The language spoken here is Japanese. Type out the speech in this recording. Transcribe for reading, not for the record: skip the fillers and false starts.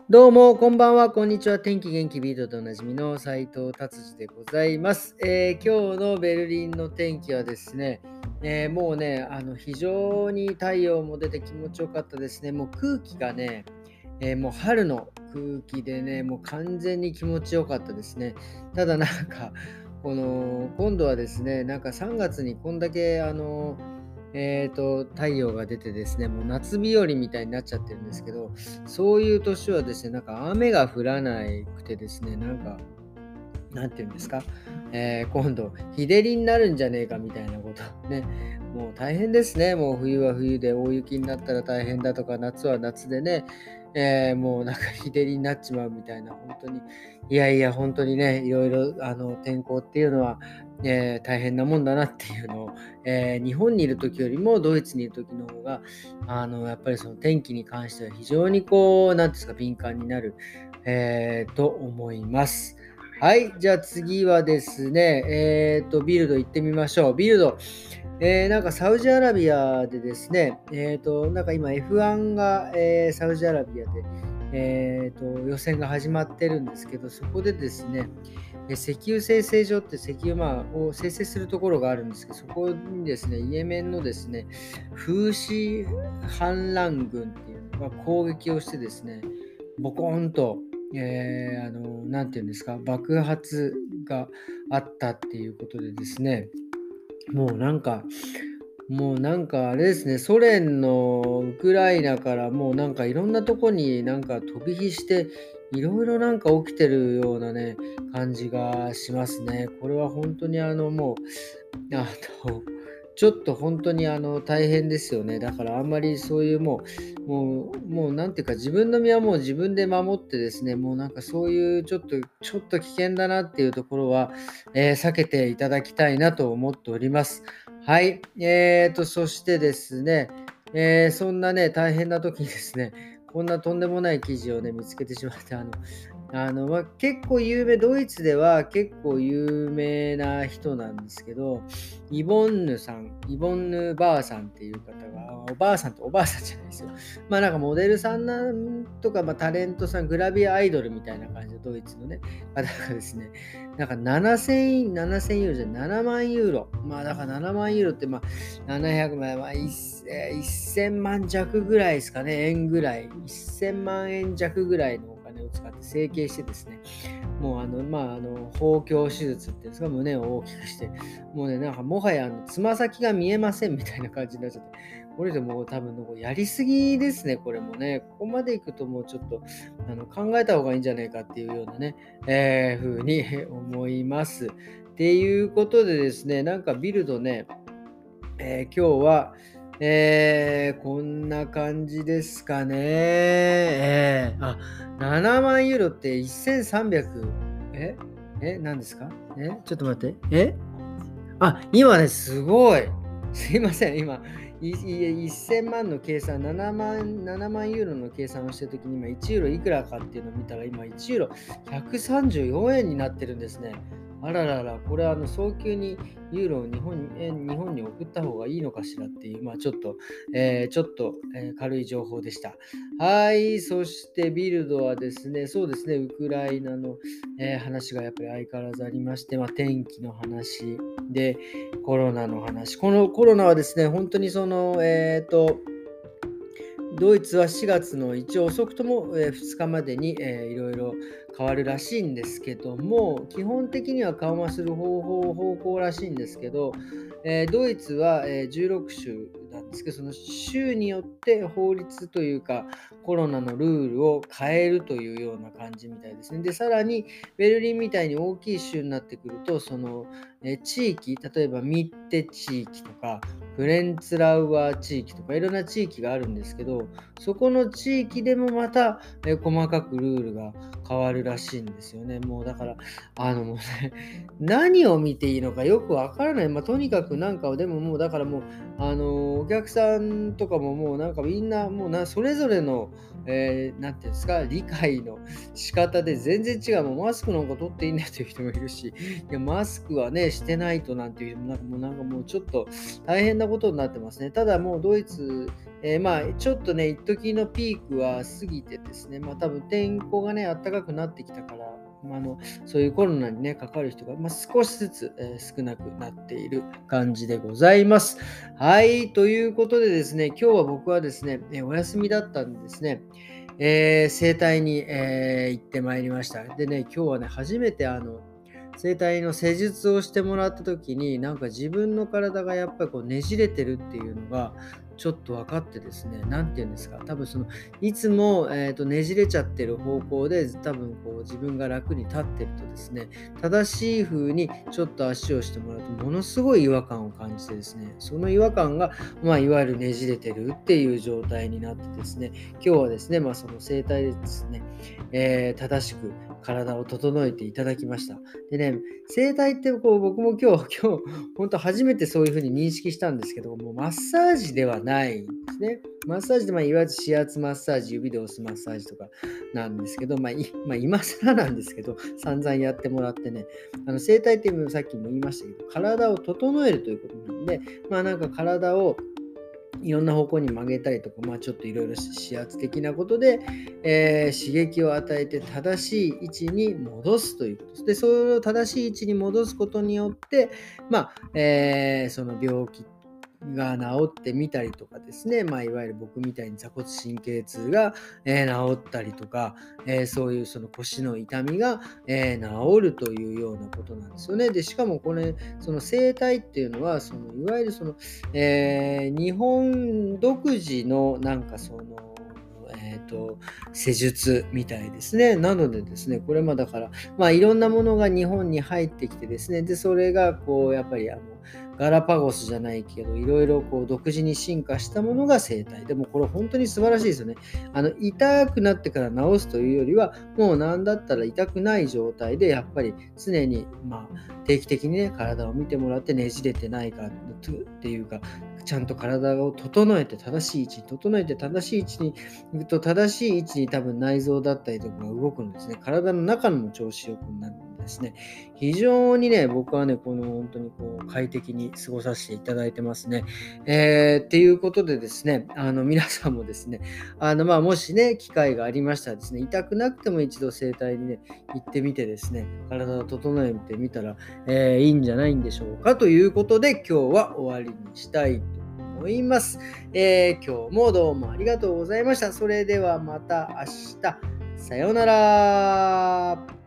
どうも、こんばんは、こんにちは。天気元気ビートでおなじみの斉藤達治でございます。今日のベルリンの天気はですね、もうね、非常に太陽も出て気持ちよかったですね。もう空気がね、もう春の空気でね、もう完全に気持ちよかったですね。ただなんか、今度はですね、なんか3月にこんだけ太陽が出てですね、もう夏日和みたいになっちゃってるんですけど、そういう年はですね、なんか雨が降らなくてですね、なんか、なんていうんですか、今度、日照りになるんじゃねえかみたいなことね、もう大変ですね。もう冬は冬で大雪になったら大変だとか、夏は夏でね、もうなんか日照りになっちまうみたいな、本当に、いやいや、本当にね、いろいろ天候っていうのは、大変なもんだなっていうのを、日本にいる時よりもドイツにいる時の方が、やっぱりその天気に関しては非常にこう、なんていうんですか、敏感になる、と思います。はい、じゃあ次はですね、ビルド行ってみましょう。ビルド、なんかサウジアラビアでですね、なんか今 F1 が、サウジアラビアで、予選が始まってるんですけど、そこでですね、石油精製所って石油、を精製するところがあるんですけど、そこにですね、イエメンのですね、フーシ反乱軍っていうのが攻撃をしてですね、ボコーンと、なんていうんですか、爆発があったっていうことでですね、もうなんか、あれですね、ソ連のウクライナからもうなんかいろんなとこになんか飛び火して、いろいろなんか起きてるようなね、感じがしますね。これは本当にもう、の、ちょっと本当に大変ですよね。だからあんまりそういうもうなんていうか、自分の身はもう自分で守ってですね、もうなんかそういうちょっと危険だなっていうところは、避けていただきたいなと思っております。はい。そしてですね、そんなね、大変な時にですね、こんなとんでもない記事をね、見つけてしまって、結構ドイツでは結構有名な人なんですけど、イボンヌばあさんっていう方が、おばあさんとおばあさんじゃないですよ。なんかモデルさんなんとか、タレントさん、グラビアアイドルみたいな感じで、ドイツのね、方がですね、なんか7000ユーロじゃ7万ユーロ。だから7万ユーロって、700万、1000万弱ぐらいですかね、円ぐらい。1000万円弱ぐらいのお金を使って整形してですね、もう豊胸手術っていうんですか、胸を大きくして、もうね、なんかもはやつま先が見えませんみたいな感じになっちゃって、これでもう多分やりすぎですね、これもね。ここまで行くともうちょっと考えた方がいいんじゃないかっていうようなね、風に思います。っていうことでですね、なんかビルドね、今日は、こんな感じですかね。7万ユーロって1300、え何ですかちょっと待って。今ね、すごい。すいません、今、1000万の計算、7万ユーロの計算をしたときに、今、1ユーロいくらかっていうのを見たら、今、1ユーロ134円になってるんですね。あららら、これ早急にユーロを日本に送った方がいいのかしらっていう、軽い情報でした。はい、そしてビルドはですね、そうですね、ウクライナの、話がやっぱり相変わらずありまして、天気の話で、コロナの話。このコロナはですね、本当にドイツは4月の一応遅くとも、2日までに、いろいろ変わるらしいんですけども、基本的には緩和する方向らしいんですけど、ドイツは、16州なんですけど、その州によって法律というか、コロナのルールを変えるというような感じみたいですね。で、さらに、ベルリンみたいに大きい州になってくると、地域、例えばミッテ地域とか、フレンツラウアー地域とかいろんな地域があるんですけど、そこの地域でもまた、細かくルールが変わるらしいんですよね。もうだから、もうね、何を見ていいのかよくわからない。とにかくなんか、でももうだからもう、お客さんとかももうなんかみんなもうそれぞれの、なんていうんですか、理解の仕方で全然違う。もうマスクなんか取っていいんだっていう人もいるし、いや、マスクはね、してないとなんていう人もなんかもうちょっと大変なことになってますね。ただもうドイツ、 ちょっとね、一時のピークは過ぎてですね、多分天候がね、暖かくなってきたから、そういうコロナにね、かかる人が、少しずつ、少なくなっている感じでございます。はい、ということでですね、今日は僕はですね、お休みだったんでですね、整体に、行ってまいりました。でね、今日はね、初めて整体の施術をしてもらった時に、なんか自分の体がやっぱりこうねじれてるっていうのがちょっと分かってですね、何て言うんですか、多分いつも、ねじれちゃってる方向で、多分こう自分が楽に立ってるとですね、正しい風にちょっと足をしてもらうと、ものすごい違和感を感じてですね、その違和感が、いわゆるねじれてるっていう状態になってですね、今日はですね、その整体でですね、正しく体を整えていただきました。でね、整体ってこう僕も今日本当初めてそういう風に認識したんですけども、マッサージではないんですね。マッサージでいわゆる指圧マッサージ、指で押すマッサージとかなんですけど、今更なんですけど、散々やってもらってね、整体っていうのはさっきも言いましたけど、体を整えるということなんで、なんか体をいろんな方向に曲げたりとか、ちょっといろいろ指圧的なことで、刺激を与えて正しい位置に戻すということです。で、それを正しい位置に戻すことによって、その病気が治ってみたりとかですね、いわゆる僕みたいに坐骨神経痛が、治ったりとか、そういうその腰の痛みが、治るというようなことなんですよね。で、しかもこれ、その整体っていうのは、いわゆる日本独自の施術みたいですね。なのでですね、これだから、いろんなものが日本に入ってきてですね、で、それがこう、やっぱりガラパゴスじゃないけど、いろいろこう独自に進化したものが整体。でもこれ本当に素晴らしいですよね。痛くなってから治すというよりは、もうなんだったら痛くない状態で、やっぱり常に、定期的にね、体を見てもらってねじれてないかっていうか、ちゃんと体を整えて正しい位置に整えて正しい位置に行くと、正しい位置に多分内臓だったりとかが動くのですね。体の中の調子よくなるんですね。非常にね、僕はね、本当にこう快適に過ごさせていただいてますね。っていうことでですね、皆さんもですね、もしね、機会がありましたらですね、痛くなくても一度整体にね、行ってみてですね、体を整えてみたら、いいんじゃないんでしょうかということで、今日は終わりにしたいと思います。今日もどうもありがとうございました。それではまた明日。さようなら。